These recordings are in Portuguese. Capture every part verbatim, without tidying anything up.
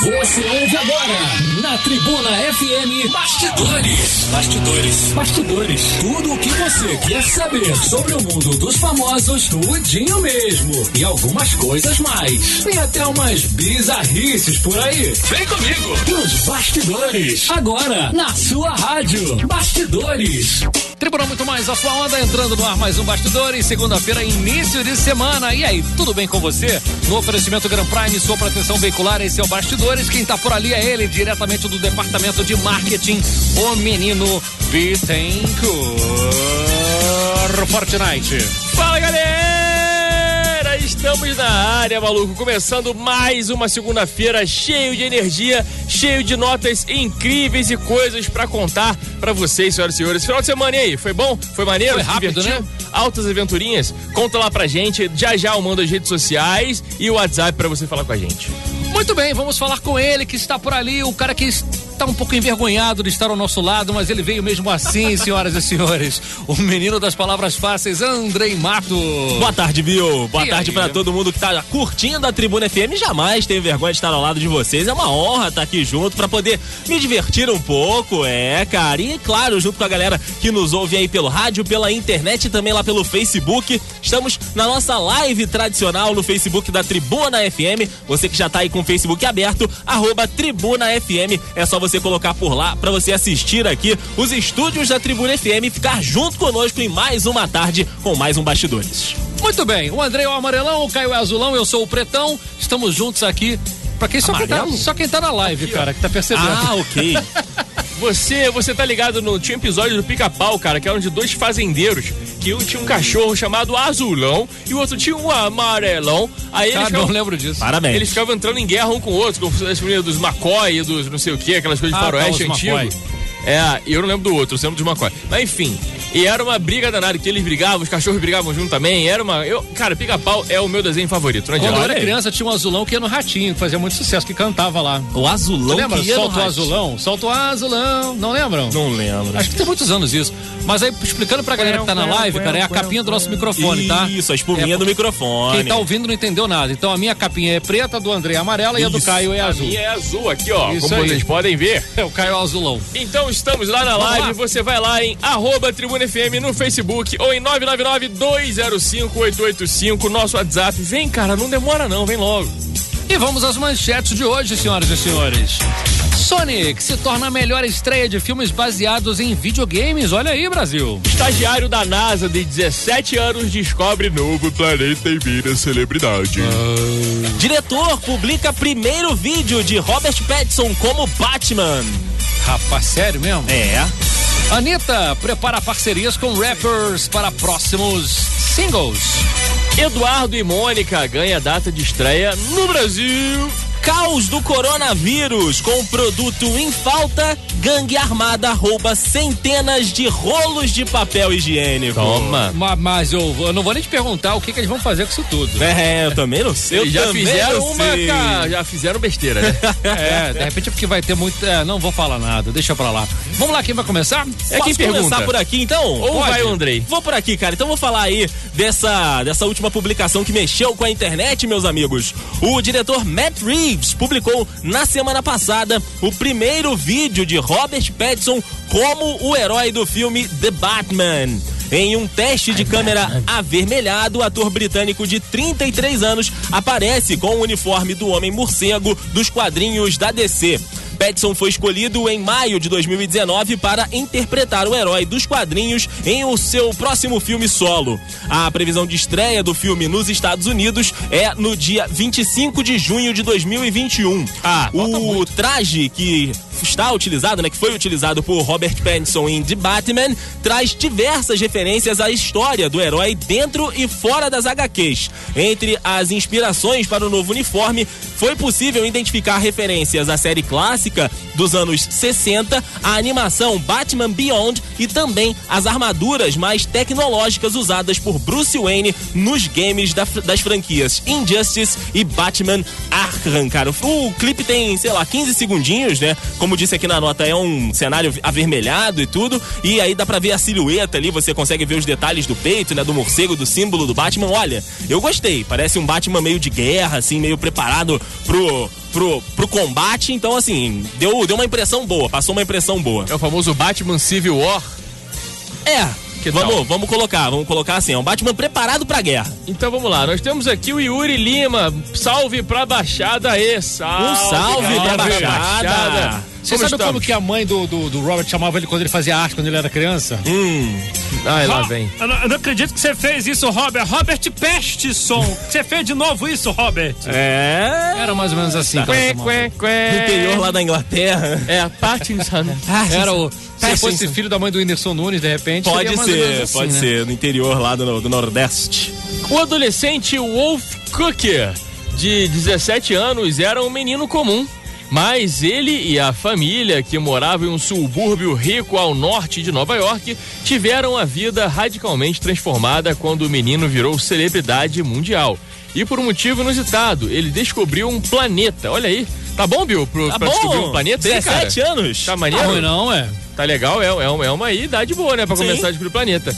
Você ouve agora na Tribuna F M Bastidores. Bastidores. Bastidores. Tudo o que você quer saber sobre o mundo dos famosos, tudinho mesmo. E algumas coisas mais. Tem até umas bizarrices por aí. Vem comigo. Nos Bastidores. Agora, na sua rádio. Bastidores. Tribuna muito mais a sua onda, entrando no ar mais um Bastidores, segunda-feira, início de semana. E aí, tudo bem com você? No oferecimento Gran Prime, sua proteção veicular, esse é o Bastidores. Quem tá por ali é ele, diretamente do departamento de marketing, o menino Bittencourt Fortnite. Fala, galera! Estamos na área, maluco, começando mais uma segunda-feira cheio de energia, cheio de notas incríveis e coisas pra contar pra vocês, senhoras e senhores. Final de semana, e aí? Foi bom? Foi maneiro? Foi rápido, divertido? né? Altas aventurinhas? Conta lá pra gente, já já eu mando as redes sociais e o WhatsApp pra você falar com a gente. Muito bem, vamos falar com ele que está por ali, o cara que está um pouco envergonhado de estar ao nosso lado, mas ele veio mesmo assim, senhoras e senhores. O menino das palavras fáceis, Andrei Mato. Boa tarde, Bill. Boa e tarde aí? Pra todo mundo que tá curtindo a Tribuna F M. Jamais tenho vergonha de estar ao lado de vocês. É uma honra estar aqui junto pra poder me divertir um pouco, é, cara. E claro, junto com a galera que nos ouve aí pelo rádio, pela internet e também lá pelo Facebook. Estamos na nossa live tradicional no Facebook da Tribuna F M. Você que já tá aí com o Facebook aberto, arroba Tribuna F M. É só você colocar por lá pra você assistir aqui os estúdios da Tribuna F M e ficar junto conosco em mais uma tarde com mais um Bastidores. Muito bem, o Andrei é o amarelão, o Caio é azulão, eu sou o pretão. Estamos juntos aqui. Pra quem só, quem tá, só quem tá na live, aqui, cara, que tá percebendo. Ah, ok. Você, você tá ligado no... Tinha um episódio do Pica-Pau, cara, que eram de dois fazendeiros, que um tinha um cachorro chamado Azulão e o outro tinha um Amarelão. Aí Cara, eles ficavam, não lembro disso. Parabéns. Eles ficavam entrando em guerra um com o outro, com as meninas dos McCoy, dos não sei o que, aquelas coisas de Ah, faroeste tá, os antigo. McCoy. É, e eu não lembro do outro, eu lembro dos McCoy. Mas enfim, e era uma briga danada, que eles brigavam, os cachorros brigavam junto também, era uma... Eu, cara, Pica-Pau é o meu desenho favorito, não Quando adianta. eu era criança, tinha um azulão que ia no Ratinho, que fazia muito sucesso, que cantava lá. O azulão. Você lembra? Que ia Solta no o rádio. azulão, solta o azulão, não lembram? Não lembro. Acho que tem muitos anos isso. Mas aí, explicando pra galera que tá na live, cara, é a capinha do nosso microfone, tá? Isso, a espuminha É, do microfone. Quem tá ouvindo não entendeu nada. Então a minha capinha é preta, a do André é amarela e a do Isso. Caio é A azul. minha é azul aqui, ó, Isso como aí. vocês podem ver. É o Caio azulão. Então estamos lá na Vamos live, lá. você vai lá em arroba Tribuna F M no Facebook ou em nove nove nove, dois zero cinco, oito oito cinco, nosso WhatsApp. Vem, cara, não demora não, vem logo. E vamos às manchetes de hoje, senhoras e senhores. Sonic se torna a melhor estreia de filmes baseados em videogames. Olha aí, Brasil. Estagiário da NASA de dezessete anos descobre novo planeta e vira celebridade. Diretor publica primeiro vídeo de Robert Pattinson como Batman. Rapaz, sério mesmo? É. Anitta prepara parcerias com rappers para próximos singles. Eduardo e Mônica ganha data de estreia no Brasil. Caos do coronavírus, com produto em falta, gangue armada rouba centenas de rolos de papel higiênico. Toma. Ma- Mas eu, eu não vou nem te perguntar o que, que eles vão fazer com isso tudo. É, eu também não sei. Eu Eles já também fizeram não uma, sei. ca- já fizeram besteira, né? É, de repente é porque vai ter muito. É, não vou falar nada, deixa pra lá. Vamos lá, quem vai começar? É Posso quem perguntar? começar por aqui, então? Ou Pode? vai o Andrei? Vou por aqui, cara. Então vou falar aí dessa, dessa última publicação que mexeu com a internet, meus amigos. O diretor Matt Reeves publicou na semana passada o primeiro vídeo de Robert Pattinson como o herói do filme The Batman. Em um teste de câmera avermelhado, o ator britânico de trinta e três anos aparece com o uniforme do Homem-Morcego dos quadrinhos da D C. Pattinson foi escolhido em maio de dois mil e dezenove para interpretar o herói dos quadrinhos em o seu próximo filme solo. A previsão de estreia do filme nos Estados Unidos é no dia vinte e cinco de junho de dois mil e vinte e um. Ah, o traje que está utilizado, né, que foi utilizado por Robert Pattinson em The Batman, traz diversas referências à história do herói dentro e fora das agá quês. Entre as inspirações para o novo uniforme, foi possível identificar referências à série clássica dos anos sessenta, a animação Batman Beyond e também as armaduras mais tecnológicas usadas por Bruce Wayne nos games da, das franquias Injustice e Batman Arkham, cara. O clipe tem, sei lá, quinze segundinhos, né? Como disse aqui na nota, é um cenário avermelhado e tudo, e aí dá pra ver a silhueta ali, você consegue ver os detalhes do peito, né? Do morcego, do símbolo do Batman. Olha, eu gostei, parece um Batman meio de guerra, assim, meio preparado pro... pro, pro combate, então assim, deu, deu uma impressão boa, passou uma impressão boa. É o famoso Batman Civil War. É, Que vamos, tal? vamos colocar, vamos colocar assim, é um Batman preparado pra guerra. Então vamos lá, nós temos aqui o Yuri Lima. Salve pra Baixada aí, salve. Um salve pra salve, Baixada. Você Como sabe estamos? como que a mãe do, do, do Robert chamava ele quando ele fazia arte, quando ele era criança? Hum, Ai, lá vem. Eu não, eu não acredito que você fez isso, Robert. Robert Pestisson. Você fez de novo isso, Robert. é... Era mais ou menos assim. que ela Quê, chamava. quê, quê. No interior lá da Inglaterra. É, Pattinson. Era o. Se Pattinson. fosse filho da mãe do Whindersson Nunes, de repente. Pode seria mais ou ser, menos assim, pode né? ser, no interior lá do, do Nordeste. O adolescente Wolf Cooker, de dezessete anos, era um menino comum. Mas ele e a família, que morava em um subúrbio rico ao norte de Nova York, tiveram a vida radicalmente transformada quando o menino virou celebridade mundial. E por um motivo inusitado, ele descobriu um planeta. Olha aí, tá bom, Bill, pro, Tá pra descobrir um bom, planeta aí, cara? dezessete anos. Tá Não, maneiro? ruim não, é. Tá legal, é, é, uma, é uma idade boa, né, pra Sim. começar a descobrir o planeta.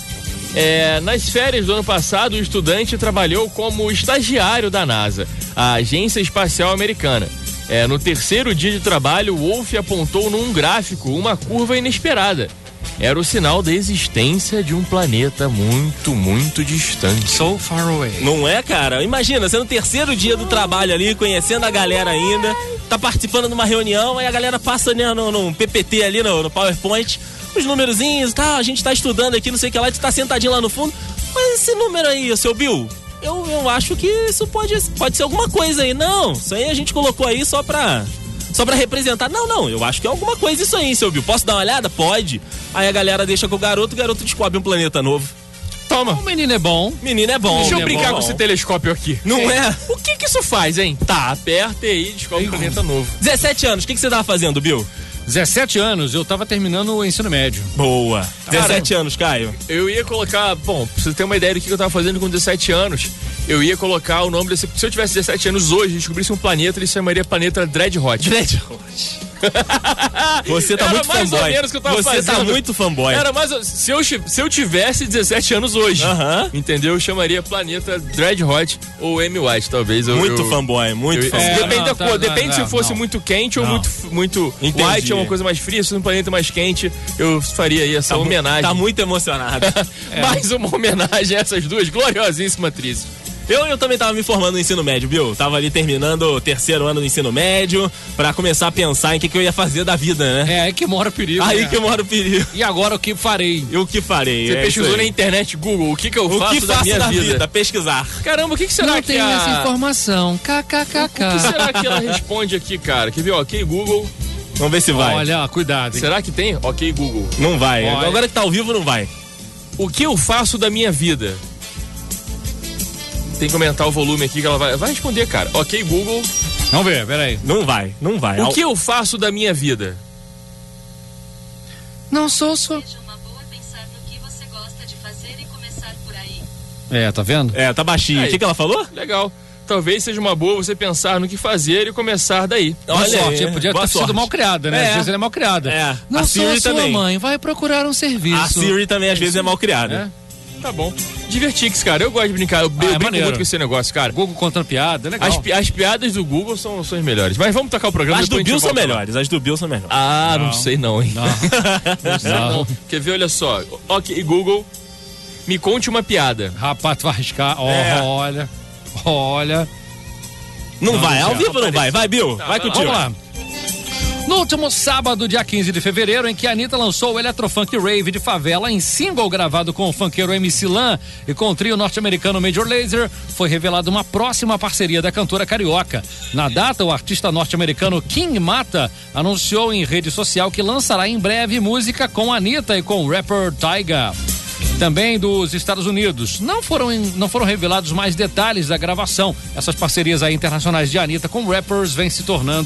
É, nas férias do ano passado, o estudante trabalhou como estagiário da NASA, a Agência Espacial Americana. É, no terceiro dia de trabalho, o Wolf apontou num gráfico uma curva inesperada. Era o sinal da existência de um planeta muito, muito distante. So far away. Não é, cara? Imagina, você no terceiro dia do trabalho ali, conhecendo a galera ainda, tá participando de uma reunião, aí a galera passa, né, no, no P P T ali, no, no PowerPoint, os númerozinhos, tá, a gente tá estudando aqui, não sei o que lá, e tu tá sentadinho lá no fundo, mas esse número aí, seu Bill, eu, eu acho que isso pode, pode ser alguma coisa aí. Não, isso aí a gente colocou aí só pra... Só pra representar. Não, não, eu acho que é alguma coisa isso aí, seu Bill. Posso dar uma olhada? Pode. Aí a galera deixa com o garoto, o garoto descobre um planeta novo. Toma. O menino é bom. Menino é bom. Deixa eu é brincar bom. com esse telescópio aqui. Não é? O que que isso faz, hein? Tá, aperta aí e descobre um planeta novo. dezessete anos, o que, que você tava fazendo, Bill? dezessete anos, eu tava terminando o ensino médio. Boa. dezessete anos, Caio. Eu ia colocar, bom, pra você ter uma ideia do que eu tava fazendo com dezessete anos, eu ia colocar o nome desse. Se eu tivesse dezessete anos hoje e descobrisse um planeta, ele se chamaria Planeta Dread Hot. Dread Hot. Você tá Era muito mais fanboy. ou menos o que eu tava Você fazendo. tá muito fanboy. Era mais. Se eu, se eu tivesse dezessete anos hoje, Aham. entendeu? Eu chamaria Planeta Dread Hot ou M. White, talvez. Eu, Muito eu, fanboy, muito eu- fanboy. É, depende não, da tá, cor, não, depende não, se fosse não. muito quente ou Não. muito, muito Entendi. white, é uma coisa mais fria. Se fosse um planeta mais quente, eu faria aí essa Tá mu- homenagem. Tá muito emocionado. Mais uma homenagem a essas duas gloriosíssimas atrizes. Eu, eu também tava me formando no ensino médio, Bill. Tava ali terminando o terceiro ano do ensino médio pra começar a pensar em o que, que eu ia fazer da vida, né? É aí que mora o perigo. Aí né? que mora o perigo. E agora o que farei? E o que farei? Você É pesquisou isso na aí. internet, Google, o que que eu O faço que da faço minha da vida? vida? Pesquisar. Caramba, o que, que será Não que tenho a... essa informação. O que KKKK. será que ela responde aqui, cara? Quer ver? Ok, Google. Vamos ver se vai. Olha, cuidado, hein? Será que tem? Ok, Google. Não vai. Olha. Agora que tá ao vivo, não vai. O que eu faço da minha vida? Tem que aumentar o volume aqui que ela vai, vai responder, cara. Ok, Google. Vamos ver, peraí. Não vai, não vai. O que eu faço da minha vida? Não sou, sou. Seja uma boa pensar no que você gosta de fazer e começar por aí. É, tá vendo? É, tá baixinho. O Aí. que, que ela falou? Legal. Talvez seja uma boa você pensar no que fazer e começar daí. Boa Olha sorte. aí, Podia boa ter sido sorte. mal criada, né? É. Às vezes ela é mal criada. É. Não A sou Siri sua também. mãe, vai procurar um serviço. A Siri também às vezes é mal criada. É? Tá bom. Divertix, cara. Eu gosto de brincar. Eu, eu brinco maneiro. muito com esse negócio, cara. Google contando piada, é legal. As, pi- as piadas do Google são, são as melhores. Mas vamos tocar o programa. As do depois a gente Bill são volta lá. melhores. As do Bill são melhores. Ah, não, sei não, hein? Não. Não sei não. Quer ver? Olha só. Ok, Google, me conte uma piada. Rapaz, tu vai arriscar. Ó, É. Olha. Olha. Não, Não, vai, ao já vivo não apareceu. vai. Vai, Bill. Tá, vai vai lá. contigo. Vamos lá. No último sábado, dia quinze de fevereiro, em que a Anitta lançou o Electrofunk Rave de Favela em single gravado com o funkeiro M C Lan e com o trio norte-americano Major Lazer, foi revelada uma próxima parceria da cantora carioca. Na data, o artista norte-americano King Mata anunciou em rede social que lançará em breve música com a Anitta e com o rapper Tyga. Também dos Estados Unidos. Não foram, não foram revelados mais detalhes da gravação. Essas parcerias aí internacionais de Anitta com rappers vêm se tornando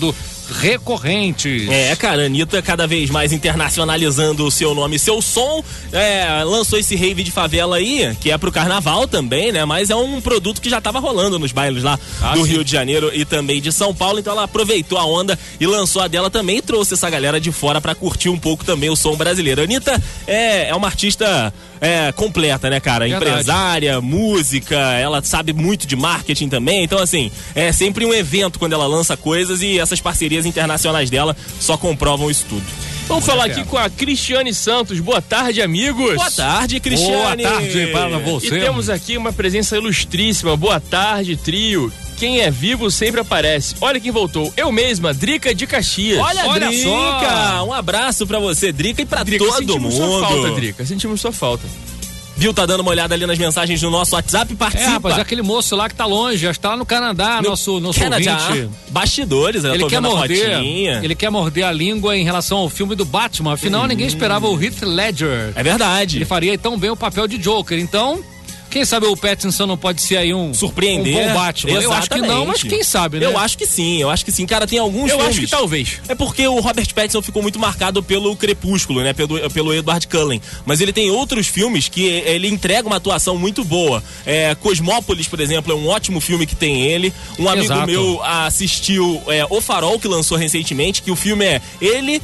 recorrentes. É, cara, a Anitta cada vez mais internacionalizando o seu nome e seu som. É, lançou esse rave de favela aí, que é pro carnaval também, né? Mas é um produto que já tava rolando nos bailes lá ah, do sim. Rio de Janeiro e também de São Paulo. Então ela aproveitou a onda e lançou a dela também e trouxe essa galera de fora pra curtir um pouco também o som brasileiro. A Anitta é, é uma artista é, completa, né, cara? Verdade. Empresária, música, ela sabe muito de marketing também. Então, assim, é sempre um evento quando ela lança coisas e essas parcerias internacionais dela só comprovam isso tudo. Vamos falar aqui com a Cristiane Santos. Boa tarde, amigos. Boa tarde, Cristiane. Boa tarde para você. E temos aqui uma presença ilustríssima. Boa tarde, trio. Quem é vivo sempre aparece. Olha quem voltou. Eu mesma, Drica de Caxias. Olha, Olha Drica. só. Um abraço pra você, Drica, e pra Drica, todo sentimos mundo. Sua falta, Drica. Sentimos sua falta. Viu, tá dando uma olhada ali nas mensagens no nosso WhatsApp, participa. É, rapaz, aquele moço lá que tá longe, acho que tá lá no Canadá, no nosso, nosso Canadá, ouvinte. Bastidores, eu ele tô quer vendo morder, a fotinha. Ele quer morder a língua em relação ao filme do Batman, afinal hum. ninguém esperava o Heath Ledger. É verdade. Ele faria tão bem o papel de Joker, então... Quem sabe o Pattinson não pode ser aí um... Surpreender. Um bom Batman. Exatamente. Eu acho que não, mas quem sabe, né? Eu acho que sim, eu acho que sim. Cara, tem alguns Eu filmes. acho que talvez. É porque o Robert Pattinson ficou muito marcado pelo Crepúsculo, né? Pelo, pelo Edward Cullen. Mas ele tem outros filmes que ele entrega uma atuação muito boa. É, Cosmópolis, por exemplo, é um ótimo filme que tem ele. Um amigo Exato. meu assistiu é, O Farol, que lançou recentemente, que o filme é ele,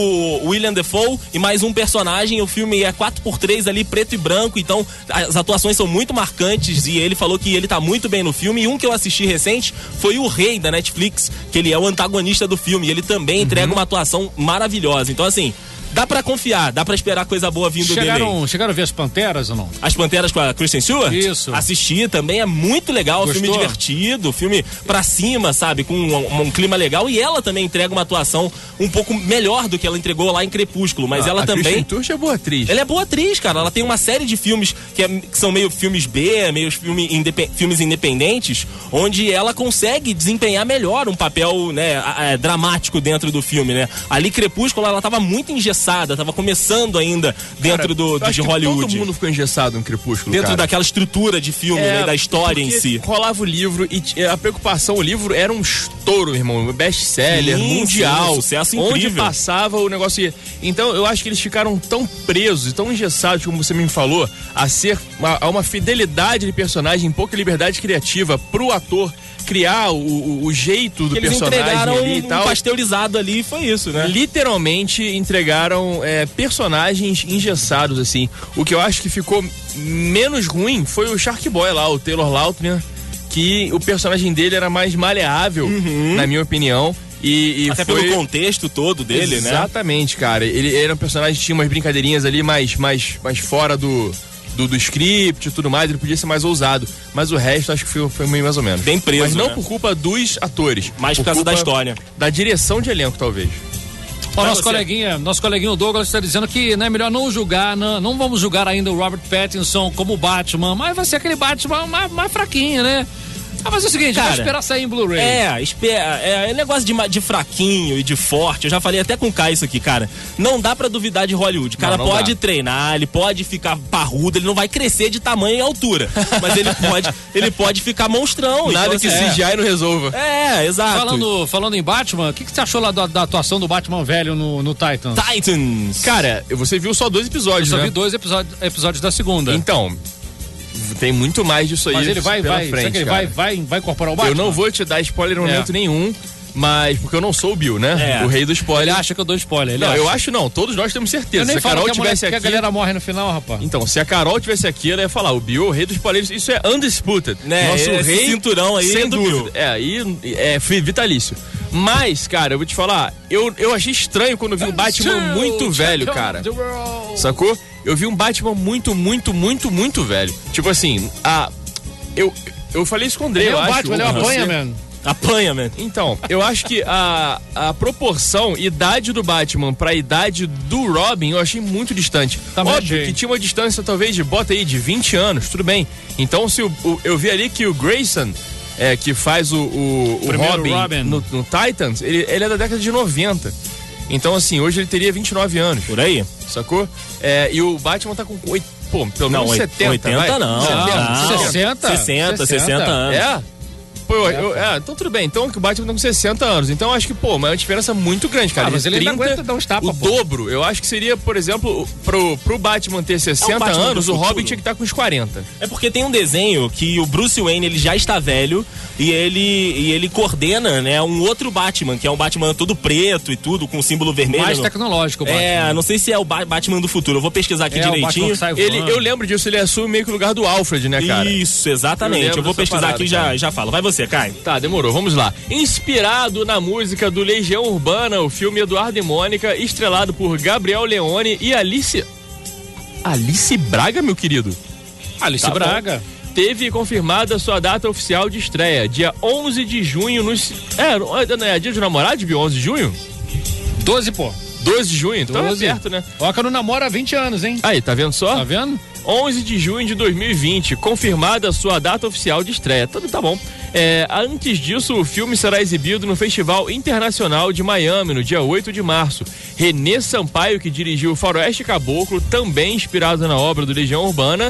o William Dafoe e mais um personagem. O filme é quatro por três ali, preto e branco. Então, as atuações são muito marcantes. E ele falou que ele tá muito bem no filme. E um que eu assisti recente foi O Rei, da Netflix, que ele é o antagonista do filme. E ele também entrega uhum. uma atuação maravilhosa. Então, assim, dá pra confiar, dá pra esperar coisa boa vindo chegaram, dele aí. Chegaram a ver as Panteras ou não? As Panteras com a Kristen Stewart? Isso. Assisti também, é muito legal, Gostou? Filme divertido, filme pra cima, sabe, com um, um clima legal, e ela também entrega uma atuação um pouco melhor do que ela entregou lá em Crepúsculo, mas ah, ela a também... Kristen Stewart é boa atriz. Ela é boa atriz, cara, ela tem uma série de filmes que, é, que são meio filmes B, meio filme independ, filmes independentes, onde ela consegue desempenhar melhor um papel, né, a, a, dramático dentro do filme, né. Ali Crepúsculo, ela tava muito engessada, tava começando ainda dentro cara, do, do de Hollywood. Todo mundo ficou engessado no Crepúsculo, dentro cara. daquela estrutura de filme, é, né, da história em si. Rolava o livro e a preocupação, o livro era um estouro, irmão, best-seller, mundial, sim, sucesso incrível. Onde passava o negócio ia. Então eu acho que eles ficaram tão presos e tão engessados, como você me falou, a ser uma, a uma fidelidade de personagem, pouca liberdade criativa pro ator criar o, o, o jeito do que personagem eles entregaram ali e tal. Um pasteurizado ali, foi isso, né? Literalmente entregaram é, personagens engessados, assim. O que eu acho que ficou menos ruim foi o Shark Boy lá, o Taylor Lautner, que o personagem dele era mais maleável, uhum. na minha opinião. E, e Até foi... pelo contexto todo dele, Exatamente, né? Exatamente, cara. Ele era um personagem que tinha umas brincadeirinhas ali mais, mais, mais fora do... Do, do script e tudo mais, ele podia ser mais ousado. Mas o resto acho que foi, foi meio mais ou menos. Bem preso, mas não né? por culpa dos atores. Mas por, por causa da história. Da direção de elenco, talvez. Ó, nosso coleguinha, nosso coleguinha Douglas está dizendo que é, né, melhor não julgar, não, não vamos julgar ainda o Robert Pattinson como Batman, mas vai ser aquele Batman mais, mais fraquinho, né? Ah, mas é o seguinte, cara, vai esperar sair em Blu-ray. É, espera, é, é negócio de, de fraquinho e de forte. Eu já falei até com o Caio isso aqui, cara. Não dá pra duvidar de Hollywood. O cara não, não pode dá. treinar, ele pode ficar parrudo, ele não vai crescer de tamanho e altura. Mas ele pode, ele pode ficar monstrão. Nada então, que assim, C G I é. não resolva. É, exato. Falando, falando em Batman, o que, que você achou lá da, da atuação do Batman velho no, no Titans? Titans. Cara, você viu só dois episódios, Eu só né? vi dois episódios, episódios da segunda. Então... Tem muito mais disso aí. Mas ele vai, pela vai, frente, será que ele vai, vai, vai incorporar o Batman? Eu não vou te dar spoiler em momento é. nenhum, mas porque eu não sou o Bill, né? É. O rei do spoiler. Ele acha que eu dou spoiler. Ele não, acha. eu acho não. Todos nós temos certeza. Eu nem se a Carol que a tivesse mulher, aqui, que a galera morre no final, rapaz. Então, se a Carol tivesse aqui, ela ia falar: o Bill, o rei dos spoilers, isso é undisputed. Né? Nosso esse rei, cinturão aí sem do dúvida. Bill. É, aí é vitalício. Mas, cara, eu vou te falar, eu, eu achei estranho quando eu vi um Batman muito velho, cara. Sacou? Eu vi um Batman muito, muito, muito, muito velho. Tipo assim, a. Eu, eu falei isso com o André, ele eu é o acho. Batman, ele é o apanha, mano. Apanha, man. Então, eu acho que a, a proporção, idade do Batman pra idade do Robin, eu achei muito distante. Também Óbvio achei. que tinha uma distância, talvez, de bota aí, de vinte anos, tudo bem. Então, se o, o, eu vi ali que o Grayson, é, que faz o, o, o Robin, Robin. No, no Titans, ele, ele é da década de noventa. Então, assim, hoje ele teria vinte e nove anos. Por aí. Sacou? É, e o Batman tá com oito, pô, pelo menos não, setenta, oitenta vai. não. setenta, não. sessenta. sessenta, sessenta anos. É? Pô, eu, é, então tudo bem. Então o Batman tá com sessenta anos. Então eu acho que, pô, mas é uma diferença muito grande, cara. Ah, mas De ele ainda trinta, aguenta dar uns tapas, o pô. dobro. Eu acho que seria, por exemplo, pro, pro Batman ter sessenta Batman do anos, o futuro. Robin tinha que estar com uns quarenta. É porque tem um desenho que o Bruce Wayne ele já está velho e ele, e ele coordena, né, um outro Batman, que é um Batman todo preto e tudo, com símbolo vermelho. Mais no- tecnológico, o Batman. É, não sei se é o Ba- Batman do futuro. Eu vou pesquisar aqui É, o direitinho. Batman que sai Ele, voando. eu lembro disso, ele assume meio que o lugar do Alfred, né, cara? Isso, exatamente. Eu Eu, lembro vou dessa pesquisar parada, aqui e já, cara. já falo. Vai você, Caio. Tá, demorou, vamos lá. Inspirado na música do Legião Urbana, o filme Eduardo e Mônica, estrelado por Gabriel Leone e Alice... Alice Braga, meu querido? Alice Tá bom. Braga. Teve confirmada sua data oficial de estreia, dia onze de junho nos... É, não é dia de namorado, dia onze de junho? doze, pô. doze de junho, então doze. é perto, né? Ó, que eu não namoro há vinte anos, hein? Aí, tá vendo só? Tá vendo? onze de junho de dois mil e vinte, confirmada a sua data oficial de estreia. Tudo tá bom. É, antes disso, o filme será exibido no Festival Internacional de Miami, no dia oito de março. Renê Sampaio, que dirigiu Faroeste Caboclo, também inspirado na obra do Legião Urbana,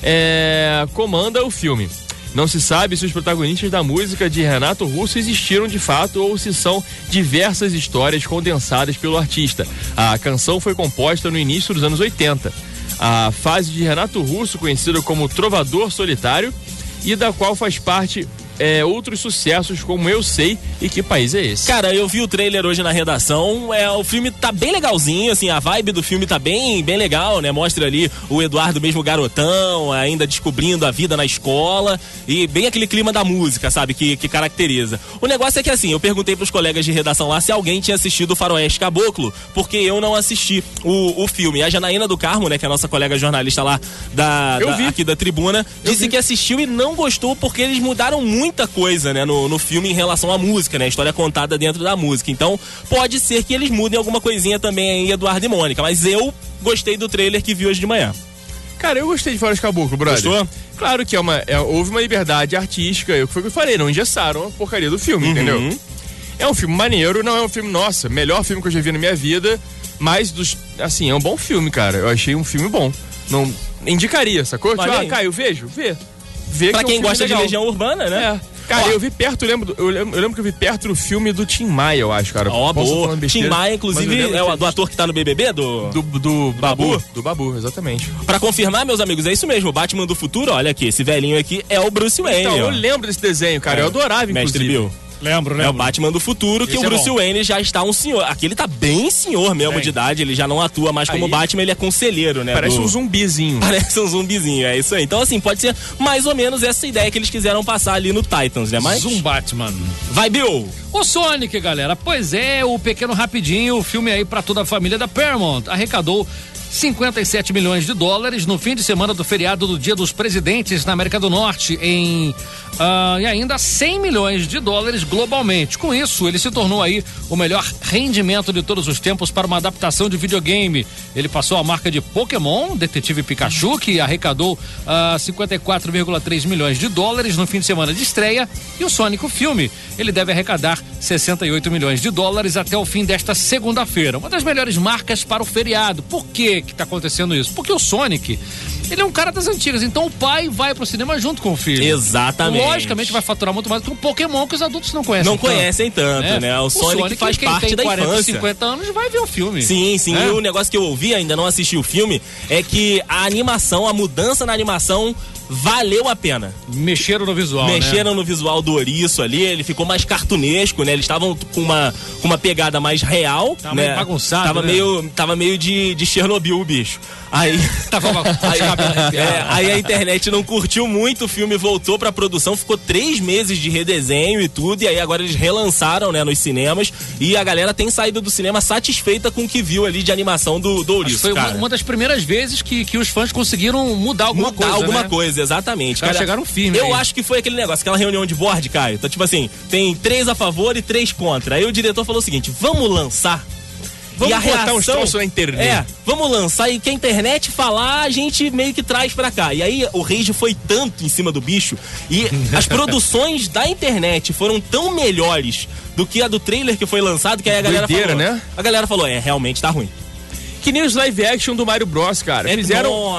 é, comanda o filme. Não se sabe se os protagonistas da música de Renato Russo existiram de fato ou se são diversas histórias condensadas pelo artista. A canção foi composta no início dos anos oitenta. A fase de Renato Russo, conhecido como Trovador Solitário, e da qual faz parte é, outros sucessos como Eu Sei e Que País é Esse? Cara, eu vi o trailer hoje na redação, é, o filme tá bem legalzinho, assim, a vibe do filme tá bem, bem legal, né? Mostra ali o Eduardo mesmo garotão, ainda descobrindo a vida na escola e bem aquele clima da música, sabe? Que, que caracteriza. O negócio é que, assim, eu perguntei pros colegas de redação lá se alguém tinha assistido o Faroeste Caboclo, porque eu não assisti o, o filme. A Janaína do Carmo, né, que é a nossa colega jornalista lá da, Eu da- vi. aqui da tribuna, disse que assistiu e não gostou porque eles mudaram muita coisa, né, no, no filme em relação à música, né, a história contada dentro da música. Então, pode ser que eles mudem alguma coisinha também em Eduardo e Mônica, mas eu gostei do trailer que vi hoje de manhã. Cara, eu gostei de Faroeste Caboclo, brother. Gostou? Claro que é uma, é, houve uma liberdade artística, eu foi o que eu falei, não engessaram a porcaria do filme, Uhum. entendeu? É um filme maneiro, não é um filme, nossa, melhor filme que eu já vi na minha vida, mas, dos, assim, é um bom filme, cara. Eu achei um filme bom. Não indicaria, sacou? Tipo, Olha ah, aí. Caio, vejo, vê. Vê Pra que é um quem filme gosta legal. de Legião Urbana, né? É. Cara, Ó. eu vi perto, eu lembro, do- eu lembro, eu lembro que eu vi perto do filme do Tim Maia, eu acho, cara. Ó, Posso boa. falar Tim besteira, Maia, mas eu inclusive, lembro é o de- do ator que tá no B B B, do... do, do Babu? Babu. Do Babu, exatamente. Pra confirmar, meus amigos, é isso mesmo, o Batman do futuro, olha aqui, esse velhinho aqui é o Bruce Wayne, Então, eu ó. lembro desse desenho, cara. Eu adorava, Mestre inclusive. Bill. Lembro, É lembro. o Batman do futuro, que Esse o é Bruce bom. Wayne já está um senhor. Aqui ele tá bem senhor mesmo Bem. de idade, ele já não atua mais como Aí- Batman, ele é conselheiro, né? Parece do- um zumbizinho. Parece um zumbizinho, é isso aí. Então, assim, pode ser mais ou menos essa ideia que eles quiseram passar ali no Titans, né? Mas. Zoom Batman. Vai, Bill! O Sonic, galera. Pois é, o Pequeno Rapidinho, o filme aí pra toda a família da Paramount, arrecadou cinquenta e sete milhões de dólares no fim de semana do feriado do Dia dos Presidentes na América do Norte, em ah, e ainda cem milhões de dólares globalmente. Com isso, ele se tornou aí o melhor rendimento de todos os tempos para uma adaptação de videogame. Ele passou a marca de Pokémon, Detetive Pikachu, que arrecadou ah, cinquenta e quatro vírgula três milhões de dólares no fim de semana de estreia, e o Sonic, o filme, ele deve arrecadar sessenta e oito milhões de dólares até o fim desta segunda-feira. Uma das melhores marcas para o feriado. Por que que tá acontecendo isso? Porque o Sonic, ele é um cara das antigas, então o pai vai pro cinema junto com o filho. Exatamente. Logicamente vai faturar muito mais do que um Pokémon que os adultos não conhecem. Não tanto, conhecem tanto, né? O Sonic faz quem parte tem da quarenta, infância. cinquenta anos vai ver o filme. Sim, sim. É. E o negócio que eu ouvi, ainda não assisti o filme, é que a animação, a mudança na animação valeu a pena. Mexeram no visual, né? Mexeram no visual do ouriço ali, ele ficou mais cartunesco, né? Eles estavam com uma, com uma pegada mais real. Tava né? meio bagunçado, Tava né? meio, tava meio de, de Chernobyl, o bicho. Aí, Tava com os cabelos arrepiados. é, aí a internet não curtiu muito, o filme voltou pra produção, ficou três meses de redesenho e tudo, e aí agora eles relançaram, né, nos cinemas, e a galera tem saído do cinema satisfeita com o que viu ali de animação do, do Acho ouriço, que foi uma, cara. uma das primeiras vezes que, que os fãs conseguiram mudar alguma Mudar coisa, alguma né? coisa, exatamente. Os caras chegaram firme Eu aí. acho que foi aquele negócio, aquela reunião de board, Caio. Então, tipo assim, tem três a favor e três contra. Aí o diretor falou o seguinte: vamos lançar. Vamos e a botar reação, uns troços na internet. É, vamos lançar e que a internet falar, a gente meio que traz pra cá. E aí o rage foi tanto em cima do bicho e as produções da internet foram tão melhores do que a do trailer que foi lançado, que aí a galera Doideira, falou, né? A galera falou, é, realmente tá ruim. Que nem os live action do Mario Bros, cara. É, Fizeram, nossa.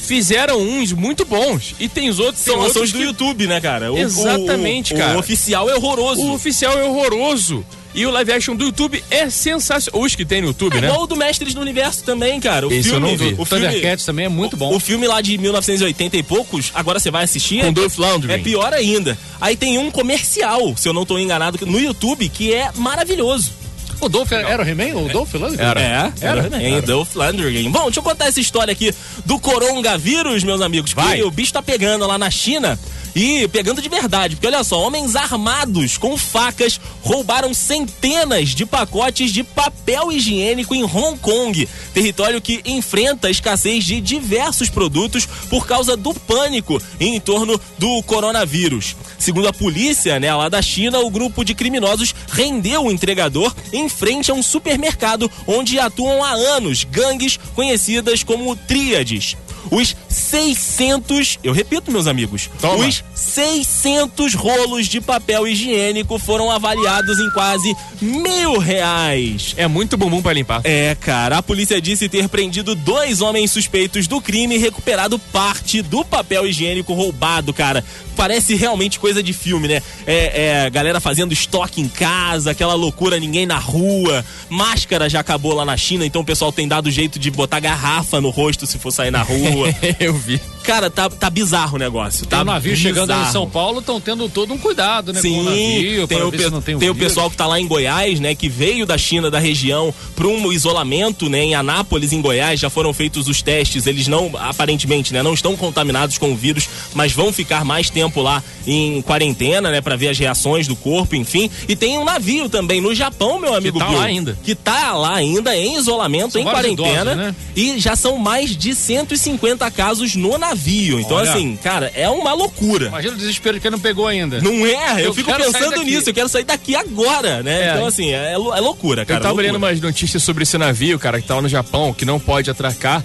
fizeram uns muito bons e tem os outros... São tem ações outros do que... YouTube, né, cara? O, Exatamente, o, o, cara. O oficial é horroroso. O oficial é horroroso. E o live action do YouTube é sensacional. Os que tem no YouTube, é né? igual o do Mestres do Universo também, cara. O Esse filme, eu não vi. O Thundercats também é muito bom. O, o filme lá de mil novecentos e oitenta e poucos, agora você vai assistir. Com é, Dolph Lundgren. É pior ainda. Aí tem um comercial, se eu não tô enganado, no YouTube, que é maravilhoso. O Dolph era o He-Man? O Dolph Lundgren? Era. É, era, era. Em Dolph Lundgren. Bom, deixa eu contar essa história aqui do coronavírus, meus amigos. Vai. Que o bicho tá pegando lá na China. E pegando de verdade, porque olha só, homens armados com facas roubaram centenas de pacotes de papel higiênico em Hong Kong, território que enfrenta a escassez de diversos produtos por causa do pânico em torno do coronavírus. Segundo a polícia, né, lá da China, o grupo de criminosos rendeu o entregador em frente a um supermercado onde atuam há anos gangues conhecidas como tríades. Os seiscentos, eu repito, meus amigos, Toma. os seiscentos rolos de papel higiênico foram avaliados em quase mil reais. É muito bumbum pra limpar. É, cara, a polícia disse ter prendido dois homens suspeitos do crime e recuperado parte do papel higiênico roubado, cara. Parece realmente coisa de filme, né? É, é, galera fazendo estoque em casa, aquela loucura, ninguém na rua. Máscara já acabou lá na China, então o pessoal tem dado jeito de botar garrafa no rosto se for sair na rua. Eu vi. Cara, tá, tá bizarro o negócio. Tá Tem um navio bizarro. chegando aí em São Paulo, estão tendo todo um cuidado, né? Sim, com o navio, tem, pra o, ver pe- se não tem, um tem o vírus. pessoal que tá lá em Goiás, né, que veio da China, da região, para um isolamento, né, em Anápolis, em Goiás, já foram feitos os testes, eles não, aparentemente, né, não estão contaminados com o vírus, mas vão ficar mais tempo lá em quarentena, né, para ver as reações do corpo, enfim. E tem um navio também no Japão, meu amigo tá Bill, lá ainda. que tá lá ainda em isolamento, São em vários quarentena, idosos, né? e já são mais de cento e cinquenta casos no navio. Então, Olha. assim, cara, é uma loucura. Imagina o desespero de quem não pegou ainda. Não é? Eu, Eu fico quero sair pensando daqui. nisso, eu quero sair daqui agora, né? É. Então, assim, é, lou- é loucura, cara. Eu tava loucura. lendo umas notícias sobre esse navio, cara, que tá lá no Japão, que não pode atracar.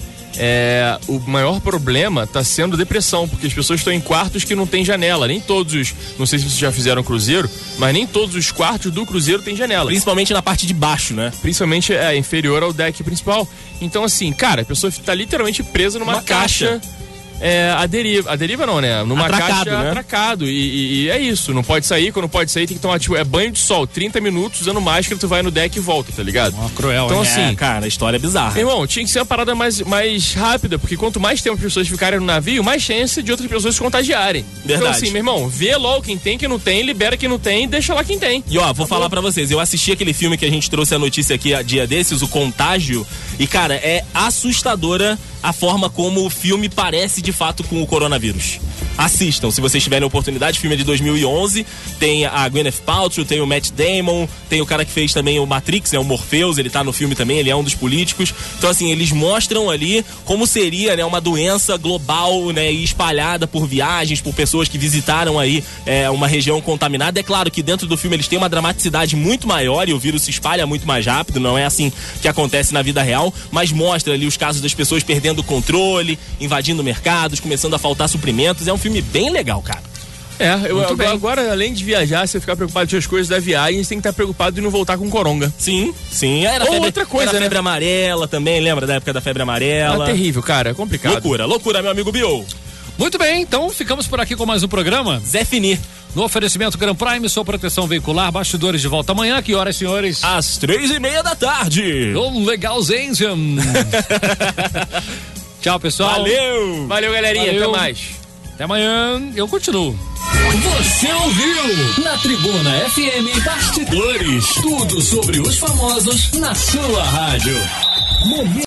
É, o maior problema tá sendo depressão, porque as pessoas estão em quartos que não tem janela. Nem todos os. Não sei se vocês já fizeram cruzeiro, mas nem todos os quartos do cruzeiro tem janela. Principalmente na parte de baixo, né? Principalmente é inferior ao deck principal. Então, assim, cara, a pessoa tá literalmente presa numa Uma caixa. É, a deriva. A deriva não, né? Numa Atracado, caixa né? atracado. E, e- e é isso. Não pode sair. Quando pode sair, tem que tomar, tipo, é banho de sol. trinta minutos usando máscara, tu vai no deck e volta, tá ligado? Uma cruel, Então, hein? assim, É, cara, a história é bizarra. Irmão, tinha que ser uma parada mais, mais rápida, porque quanto mais tempo as pessoas ficarem no navio, mais chance de outras pessoas se contagiarem. Então, Verdade. assim, meu irmão, vê logo quem tem, quem não tem, libera quem não tem, deixa lá quem tem. E ó, vou falar pra vocês, eu assisti aquele filme que a gente trouxe a notícia aqui a dia desses, o Contágio, e cara, é assustadora a forma como o filme parece de fato com o coronavírus. Assistam, se vocês tiverem oportunidade, o filme é de dois mil e onze, tem a Gwyneth Paltrow, tem o Matt Damon, tem o cara que fez também o Matrix, né, o Morpheus, ele tá no filme também, ele é um dos políticos. Então assim, eles mostram ali como seria, né, uma doença global, né, e espalhada por viagens, por pessoas que visitaram aí é, uma região contaminada. É claro que dentro do filme eles têm uma dramaticidade muito maior e o vírus se espalha muito mais rápido, não é assim que acontece na vida real, mas mostra ali os casos das pessoas perdendo o controle, invadindo mercados, começando a faltar suprimentos. É um filme bem legal, cara. É, eu, Muito bem. agora, além de viajar, você ficar preocupado com as coisas da viagem, você tem que estar preocupado de não voltar com coronga. Sim, sim. Era Ou febre, outra coisa, era né? febre amarela também, lembra da época da febre amarela? É terrível, cara, é complicado. Loucura, loucura, meu amigo Bill. Muito bem, então ficamos por aqui com mais um programa. Zé Fini, No oferecimento Gran Prime, sua proteção veicular, bastidores de volta amanhã. Que horas, senhores? às três e meia da tarde. Oh, legalzinho. Tchau, pessoal. Valeu! Valeu, galerinha, Valeu. até mais. Até amanhã. Eu continuo. Você ouviu na Tribuna F M Bastidores. Tudo sobre os famosos na sua rádio. Momento